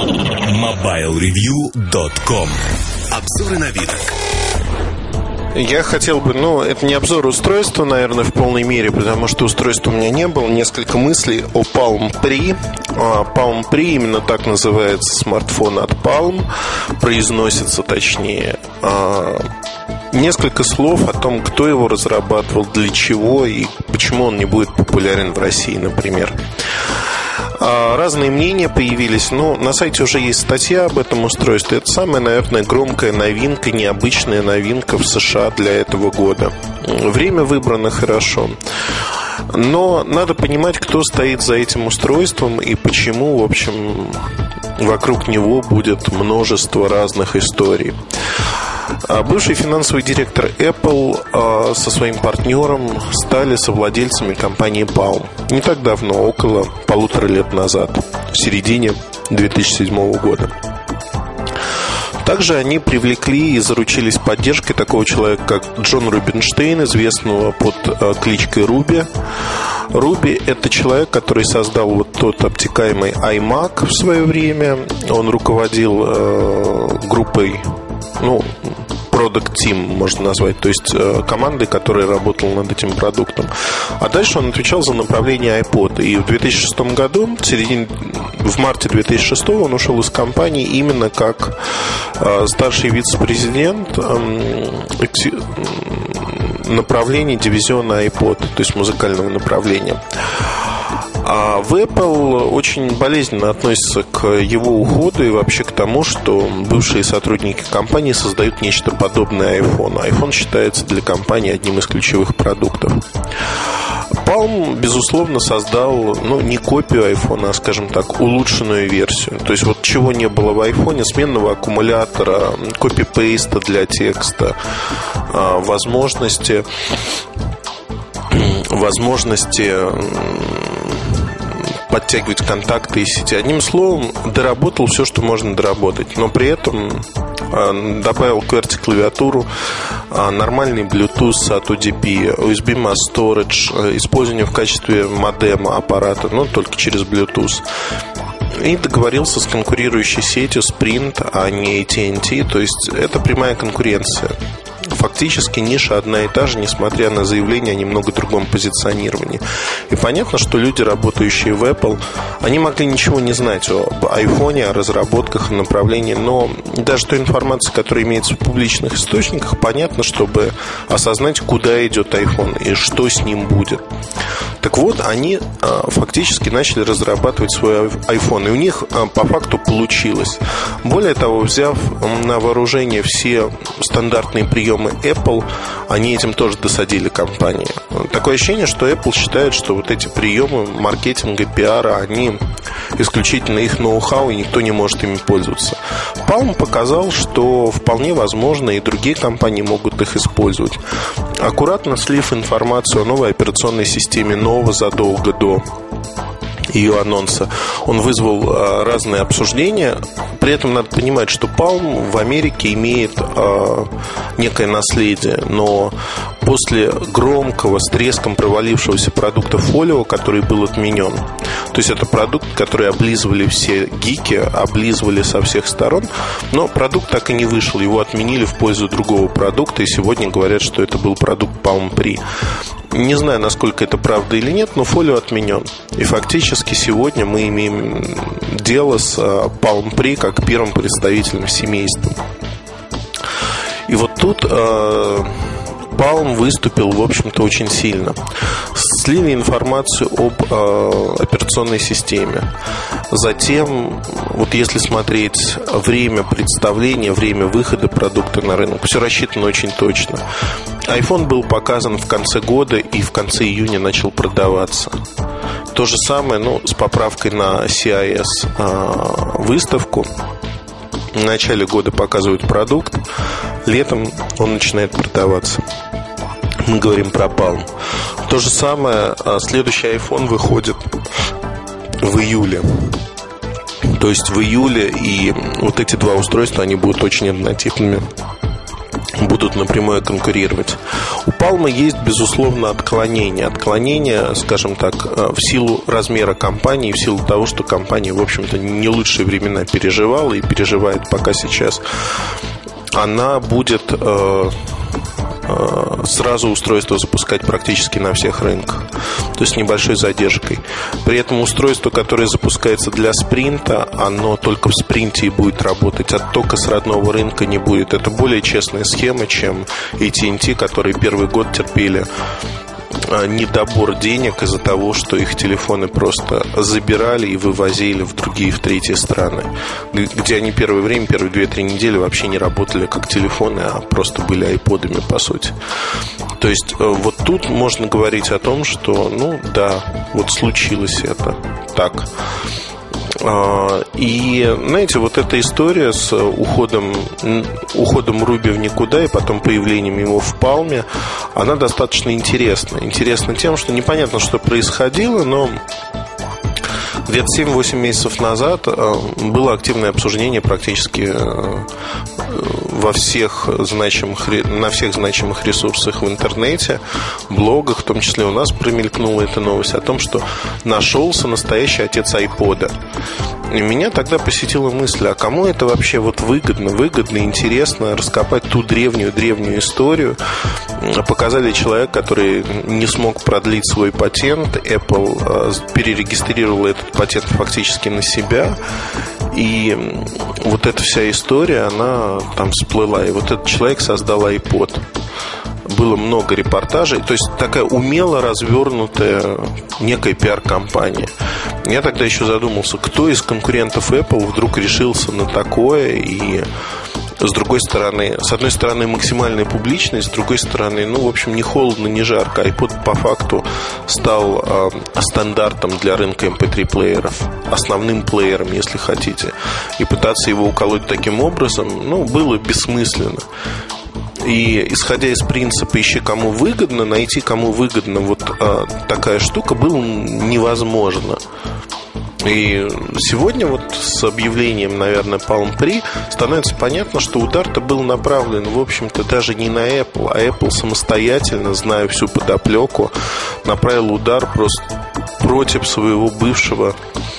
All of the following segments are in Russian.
MobileReview.com. Обзоры новинок. Я хотел бы, это не обзор устройства, наверное, в полной мере, потому что устройства у меня не было. Несколько мыслей о Palm Pre. Palm Pre, именно так называется смартфон от Palm, произносится точнее. Несколько слов о том, кто его разрабатывал, для чего и почему он не будет популярен в России, например. Разные мнения появились, но на сайте уже есть статья об этом устройстве. Это самая, наверное, громкая новинка, необычная новинка в США для этого года. Время выбрано хорошо. Но надо понимать, кто стоит за этим устройством и почему, в общем, вокруг него будет множество разных историй. Бывший финансовый директор Apple со своим партнером стали совладельцами компании Palm. Не так давно, около 1,5 лет назад, в середине 2007 года. Также они привлекли и заручились поддержкой такого человека, как Джон Рубинштейн, известного под кличкой Руби. Руби – это человек, который создал вот тот обтекаемый iMac в свое время. Он руководил группой, Product Team можно назвать, то есть командой, которая работала над этим продуктом. А дальше он отвечал за направление iPod. И в 2006 году, в марте 2006 он ушел из компании именно как старший вице-президент направления дивизиона iPod, то есть музыкального направления. А в Apple очень болезненно относятся к его уходу и вообще к тому, что бывшие сотрудники компании создают нечто подобное iPhone. iPhone считается для компании одним из ключевых продуктов. Palm, безусловно, создал, не копию iPhone, а, скажем так, улучшенную версию. То есть вот чего не было в iPhone: сменного аккумулятора, копи-пейста для текста, возможности подтягивать контакты из сети. Одним словом, доработал все, что можно доработать. Но при этом добавил QWERTY-клавиатуру, нормальный Bluetooth от UDP, USB Mass Storage, использование в качестве модема аппарата, но только через Bluetooth. И договорился с конкурирующей сетью Sprint, а не AT&T. То есть это прямая конкуренция. Фактически ниша одна и та же, несмотря на заявление о немного другом позиционировании. И понятно, что люди, работающие в Apple, они могли ничего не знать об iPhone, о разработках, о направлении. Но даже той информации, которая имеется в публичных источниках, понятно, чтобы осознать, куда идет iPhone и что с ним будет. Так вот, они фактически начали разрабатывать свой iPhone. И у них по факту получилось. Более того, взяв на вооружение все стандартные приемы Apple, они этим тоже досадили компании. Такое ощущение, что Apple считает, что вот эти приемы маркетинга, пиара, они исключительно их ноу-хау, и никто не может ими пользоваться. Palm показал, что вполне возможно и другие компании могут их использовать. Аккуратно слив информацию о новой операционной системе Nova задолго до ее анонса, он вызвал разные обсуждения. При этом надо понимать, что Palm в Америке имеет некое наследие, но после громкого, с треском провалившегося продукта Folio, который был отменен, то есть это продукт, который облизывали все гики, облизывали со всех сторон, но продукт так и не вышел, его отменили в пользу другого продукта, и сегодня говорят, что это был продукт Palm Pre. Не знаю, насколько это правда или нет, но Folio отменен. И фактически сегодня мы имеем дело с Palm Pre как первым представителем семейства. И вот тут Palm выступил, в общем-то, очень сильно. Слили информацию об операционной системе. Затем, вот если смотреть время представления, время выхода продукта на рынок, все рассчитано очень точно. iPhone был показан в конце года и в конце июня начал продаваться. То же самое, с поправкой на CIS выставку. В начале года показывают продукт, летом он начинает продаваться. Мы говорим про Palm. То же самое, следующий iPhone выходит в июле. То есть в июле, и вот эти два устройства, они будут очень однотипными. будут напрямую конкурировать. У Palm есть, безусловно, отклонения, скажем так, в силу размера компании, в силу того, что компания, в общем-то, не лучшие времена переживала и переживает пока сейчас. Она будет сразу устройство запускать практически на всех рынках, то есть с небольшой задержкой. При этом устройство, которое запускается для спринта, оно только в спринте и будет работать. Оттока с родного рынка не будет. Это более честная схема, чем AT&T, которые первый год терпели недобор денег из-за того, что их телефоны просто забирали и вывозили в другие, в третьи страны, где они первое время, первые 2-3 недели вообще не работали как телефоны, а просто были айподами, по сути. То есть вот тут можно говорить о том, что, ну да, вот случилось это так. И, знаете, вот эта история с уходом Руби в никуда и потом появлением его в Palm, она достаточно интересна. Интересна тем, что непонятно, что происходило, но где-то 7-8 месяцев назад было активное обсуждение практически на всех значимых ресурсах в интернете, блогах, в том числе у нас промелькнула эта новость о том, что нашелся настоящий отец айпода. И меня тогда посетила мысль, а кому это вообще вот выгодно, интересно раскопать ту древнюю историю. Показали человека, который не смог продлить свой патент. Apple перерегистрировала этот патент фактически на себя. И вот эта вся история, она там всплыла. И вот этот человек создал iPod. Было много репортажей. То есть такая умело развернутая некая пиар-компания. Я тогда еще задумался, кто из конкурентов Apple вдруг решился на такое. И с другой стороны, с одной стороны максимальная публичность, с другой стороны, ну, в общем, не холодно, не жарко. iPod по факту стал стандартом для рынка MP3-плееров, основным плеером, если хотите. И пытаться его уколоть таким образом, ну, было бессмысленно. И исходя из принципа «ищи, кому выгодно», найти, кому выгодно вот такая штука было невозможно. И сегодня вот с объявлением, наверное, Palm Pre становится понятно, что удар-то был направлен, в общем-то, даже не на Apple, а Apple самостоятельно, зная всю подоплеку, направил удар просто против своего бывшего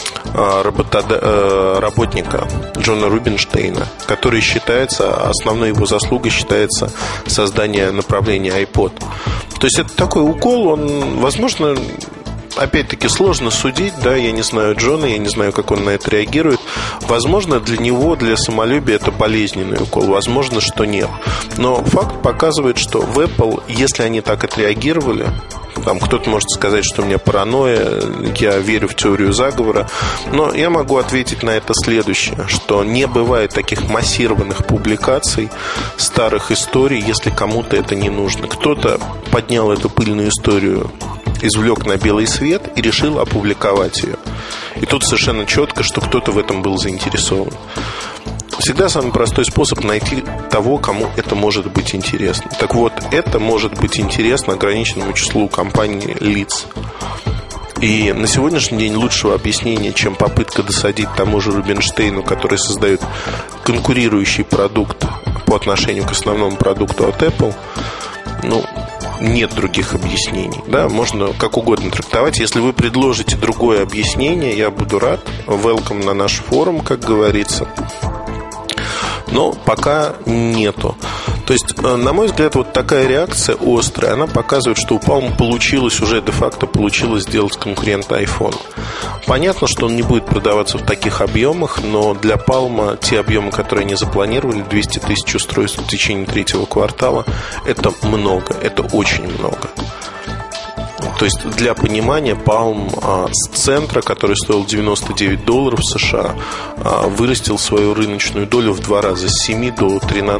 работника Джона Рубинштейна, который считается, основной его заслугой считается создание направления iPod. То есть это такой укол, он, возможно, опять-таки сложно судить, да, я не знаю Джона, я не знаю, как он на это реагирует. Возможно, для него, для самолюбия это болезненный укол, возможно, что нет. Но факт показывает, что в Apple, если они так отреагировали, там кто-то может сказать, что у меня паранойя, я верю в теорию заговора, но я могу ответить на это следующее, что не бывает таких массированных публикаций старых историй, если кому-то это не нужно. Кто-то поднял эту пыльную историю, извлек на белый свет и решил опубликовать ее. И тут совершенно четко, что кто-то в этом был заинтересован. Всегда самый простой способ найти того, кому это может быть интересно. Так вот, это может быть интересно ограниченному числу компаний, лиц. И на сегодняшний день лучшего объяснения, чем попытка досадить тому же Рубинштейну, который создает конкурирующий продукт по отношению к основному продукту от Apple, ну, нет других объяснений, да, можно как угодно трактовать. Если вы предложите другое объяснение, я буду рад. Welcome на наш форум, как говорится. Но пока нету. То есть, на мой взгляд, вот такая реакция острая, она показывает, что у Palm получилось уже, де-факто получилось сделать конкурента iPhone. Понятно, что он не будет продаваться в таких объемах, но для Palm те объемы, которые они запланировали, 200 тысяч устройств в течение третьего квартала, это много, это очень много. То есть, для понимания, Palm с центра, который стоил $99 США, вырастил свою рыночную долю в 2 раза, с 7 до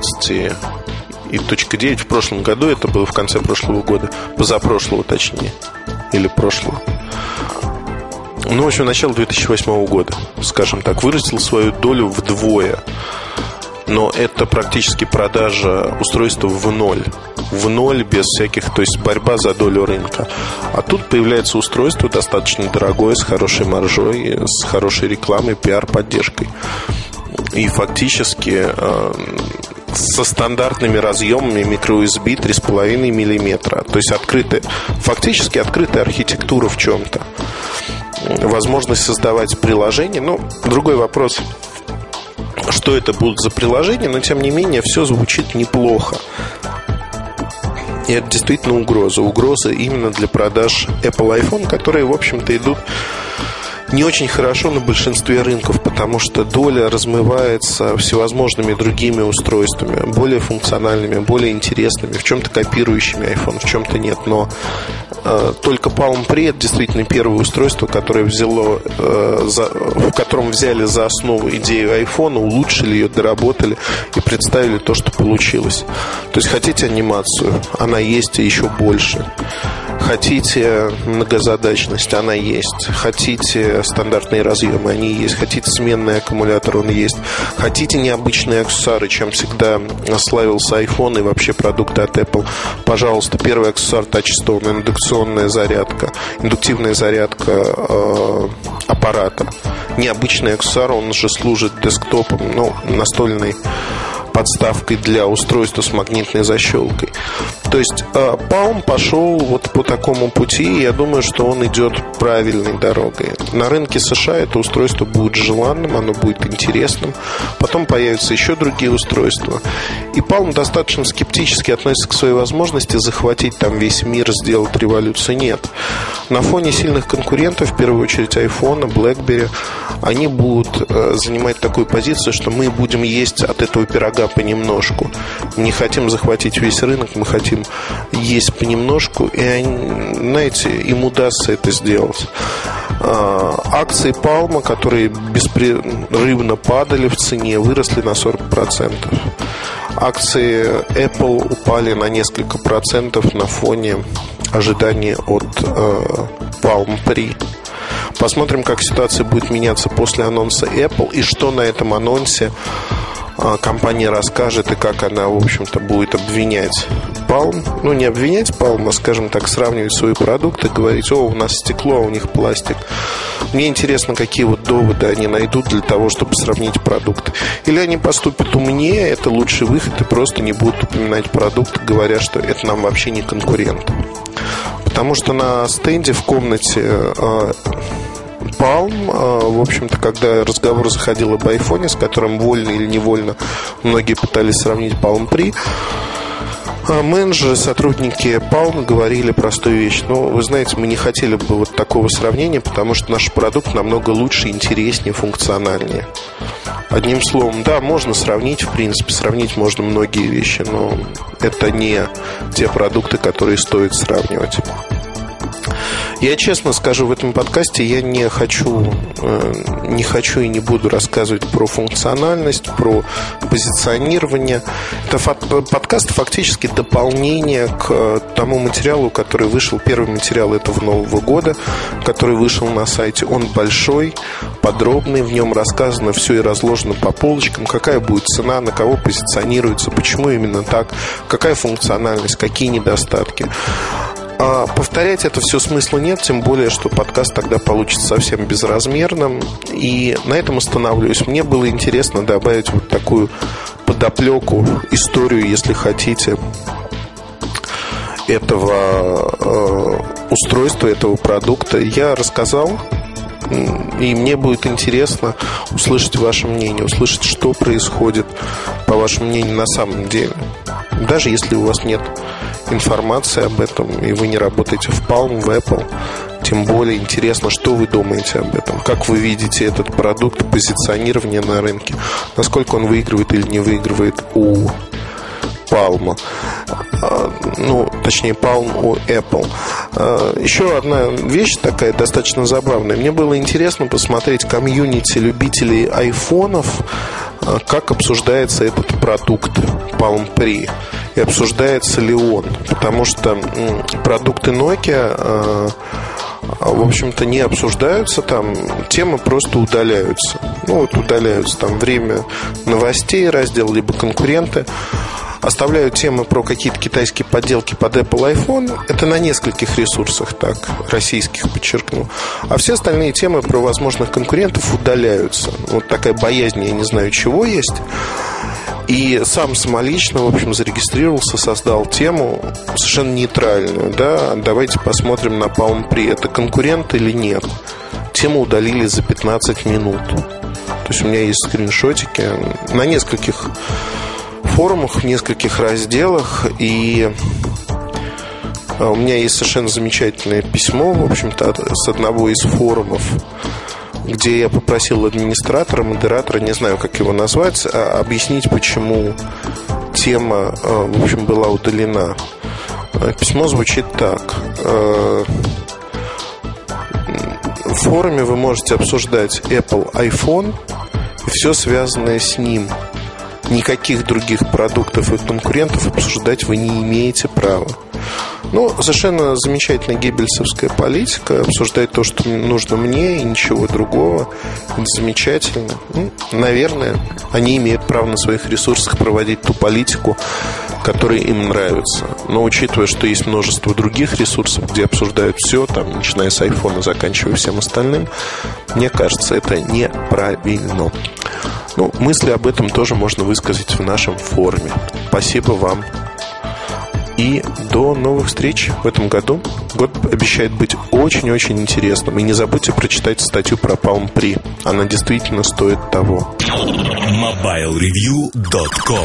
13,9 в прошлом году. Это было в конце прошлого года, позапрошлого точнее, или прошлого. Ну, в общем, начало 2008 года, скажем так, вырастил свою долю вдвое. Но это практически продажа устройства в ноль, без всяких, то есть борьба за долю рынка. А тут появляется устройство достаточно дорогое, с хорошей маржой, с хорошей рекламой, пиар-поддержкой. И фактически со стандартными разъемами microUSB 3,5 мм. То есть фактически открытая архитектура в чем-то. Возможность создавать приложение. Другой вопрос, что это будут за приложения, но тем не менее все звучит неплохо. И это действительно угроза. Угроза именно для продаж Apple iPhone, которые, в общем-то, идут не очень хорошо на большинстве рынков, потому что доля размывается всевозможными другими устройствами, более функциональными, более интересными, в чем-то копирующими iPhone, в чем-то нет. Но только Palm Pre — это действительно первое устройство, которое в котором взяли за основу идею iPhone, улучшили ее, доработали и представили то, что получилось. То есть хотите анимацию, она есть и еще больше. Хотите многозадачность, она есть. Хотите стандартные разъемы, они есть. Хотите сменный аккумулятор, он есть. Хотите необычные аксессуары, чем всегда славился iPhone и вообще продукты от Apple. Пожалуйста, первый аксессуар Touchstone, индуктивная зарядка аппарата. Необычный аксессуар, он же служит десктопом, настольной подставкой для устройства с магнитной защелкой. То есть Palm пошел вот по такому пути, и я думаю, что он идет правильной дорогой. На рынке США это устройство будет желанным, оно будет интересным. Потом появятся еще другие устройства. И Palm достаточно скептически относится к своей возможности захватить там весь мир, сделать революцию. Нет. На фоне сильных конкурентов, в первую очередь iPhone, BlackBerry, они будут занимать такую позицию, что мы будем есть от этого пирога понемножку. Мы не хотим захватить весь рынок, мы хотим есть понемножку. И, знаете, им удастся это сделать. Акции Palm, которые беспрерывно падали в цене, выросли на 40%. Акции Apple упали на несколько процентов на фоне ожиданий от Palm Pre. Посмотрим, как ситуация будет меняться после анонса Apple и что на этом анонсе компания расскажет и как она, в общем-то, будет обвинять Palm. Не обвинять Palm, а, скажем так, сравнивать свои продукты, говорить: у нас стекло, а у них пластик. Мне интересно, какие доводы они найдут для того, чтобы сравнить продукты. Или они поступят умнее, это лучший выход, и просто не будут упоминать продукт, говоря, что это нам вообще не конкурент. Потому что на стенде в комнате Palm, в общем-то, когда разговор заходил об iPhone, с которым вольно или невольно многие пытались сравнить Palm Pre, менеджеры, сотрудники Palm говорили простую вещь: вы знаете, мы не хотели бы вот такого сравнения, потому что наш продукт намного лучше, интереснее, функциональнее. Одним словом, да, можно сравнить, в принципе, сравнить можно многие вещи, но это не те продукты, которые стоит сравнивать. Я честно скажу, в этом подкасте я не хочу и не буду рассказывать про функциональность, про позиционирование. Это подкаст фактически дополнение к тому материалу, который вышел. Первый материал этого Нового года, который вышел на сайте. Он большой, подробный, в нем рассказано все и разложено по полочкам, какая будет цена, на кого позиционируется, почему именно так, какая функциональность, какие недостатки. Повторять это все смысла нет, тем более, что подкаст тогда получится совсем безразмерным. И на этом остановлюсь. Мне было интересно добавить вот такую подоплеку, историю, если хотите, этого устройства, этого продукта. Я рассказал, и мне будет интересно услышать ваше мнение, услышать, что происходит, по вашему мнению, на самом деле. Даже если у вас нет информации об этом, и вы не работаете в Palm, в Apple, тем более интересно, что вы думаете об этом, как вы видите этот продукт, позиционирование на рынке, насколько он выигрывает или не выигрывает у Palm, точнее Palm у Apple. Еще одна вещь такая достаточно забавная. Мне было интересно посмотреть комьюнити любителей айфонов, как обсуждается этот продукт Palm Pre и обсуждается ли он. Потому что продукты Nokia, в общем-то, не обсуждаются, там темы просто удаляются. Удаляются там время новостей, раздел, либо конкуренты. Оставляют темы про какие-то китайские подделки под Apple iPhone. Это на нескольких ресурсах, так, российских, подчеркну. А все остальные темы про возможных конкурентов удаляются. Вот такая боязнь, я не знаю, чего есть. И сам самолично, в общем, зарегистрировался, создал тему совершенно нейтральную. Да? Давайте посмотрим на Palm Pre. Это конкурент или нет? Тему удалили за 15 минут. То есть у меня есть скриншотики на нескольких форумах, в нескольких разделах. И у меня есть совершенно замечательное письмо, в общем-то, с одного из форумов, где я попросил администратора, модератора, не знаю, как его назвать, объяснить, почему тема, в общем, была удалена. Письмо звучит так. В форуме вы можете обсуждать Apple iPhone и все связанное с ним. Никаких других продуктов и конкурентов обсуждать вы не имеете права. Ну, совершенно замечательная геббельсовская политика. Обсуждать то, что нужно мне, и ничего другого. Это замечательно. Наверное, они имеют право на своих ресурсах проводить ту политику, которая им нравится. Но учитывая, что есть множество других ресурсов, где обсуждают все, там, начиная с айфона, заканчивая всем остальным, мне кажется, это неправильно. Ну, мысли об этом тоже можно высказать в нашем форуме. Спасибо вам. И до новых встреч в этом году. Год обещает быть очень-очень интересным. И не забудьте прочитать статью про Palm Pre. Она действительно стоит того. MobileReview.com.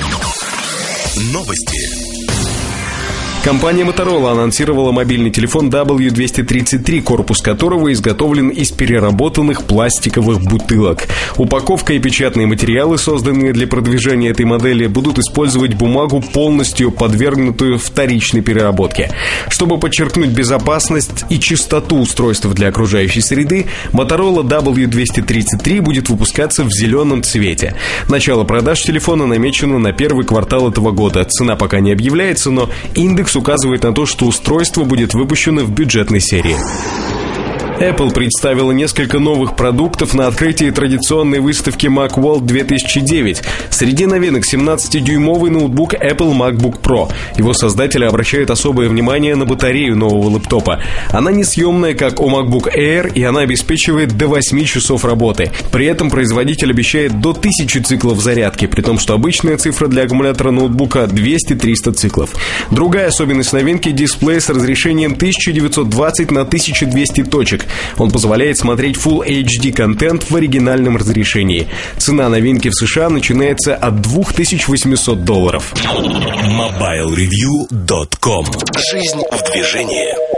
Новости. Компания Motorola анонсировала мобильный телефон W233, корпус которого изготовлен из переработанных пластиковых бутылок. Упаковка и печатные материалы, созданные для продвижения этой модели, будут использовать бумагу, полностью подвергнутую вторичной переработке. Чтобы подчеркнуть безопасность и чистоту устройств для окружающей среды, Motorola W233 будет выпускаться в зеленом цвете. Начало продаж телефона намечено на первый квартал этого года. Цена пока не объявляется, но индекс указывает на то, что устройство будет выпущено в бюджетной серии. Apple представила несколько новых продуктов на открытии традиционной выставки Macworld 2009. Среди новинок 17-дюймовый ноутбук Apple MacBook Pro. Его создатели обращают особое внимание на батарею нового лэптопа. Она несъемная, как у MacBook Air, и она обеспечивает до 8 часов работы. При этом производитель обещает до 1000 циклов зарядки, при том, что обычная цифра для аккумулятора ноутбука 200-300 циклов. Другая особенность новинки — дисплей с разрешением 1920 на 1200 точек. Он позволяет смотреть Full HD контент в оригинальном разрешении. Цена новинки в США начинается от $2800. MobileReview.com. Жизнь в движении.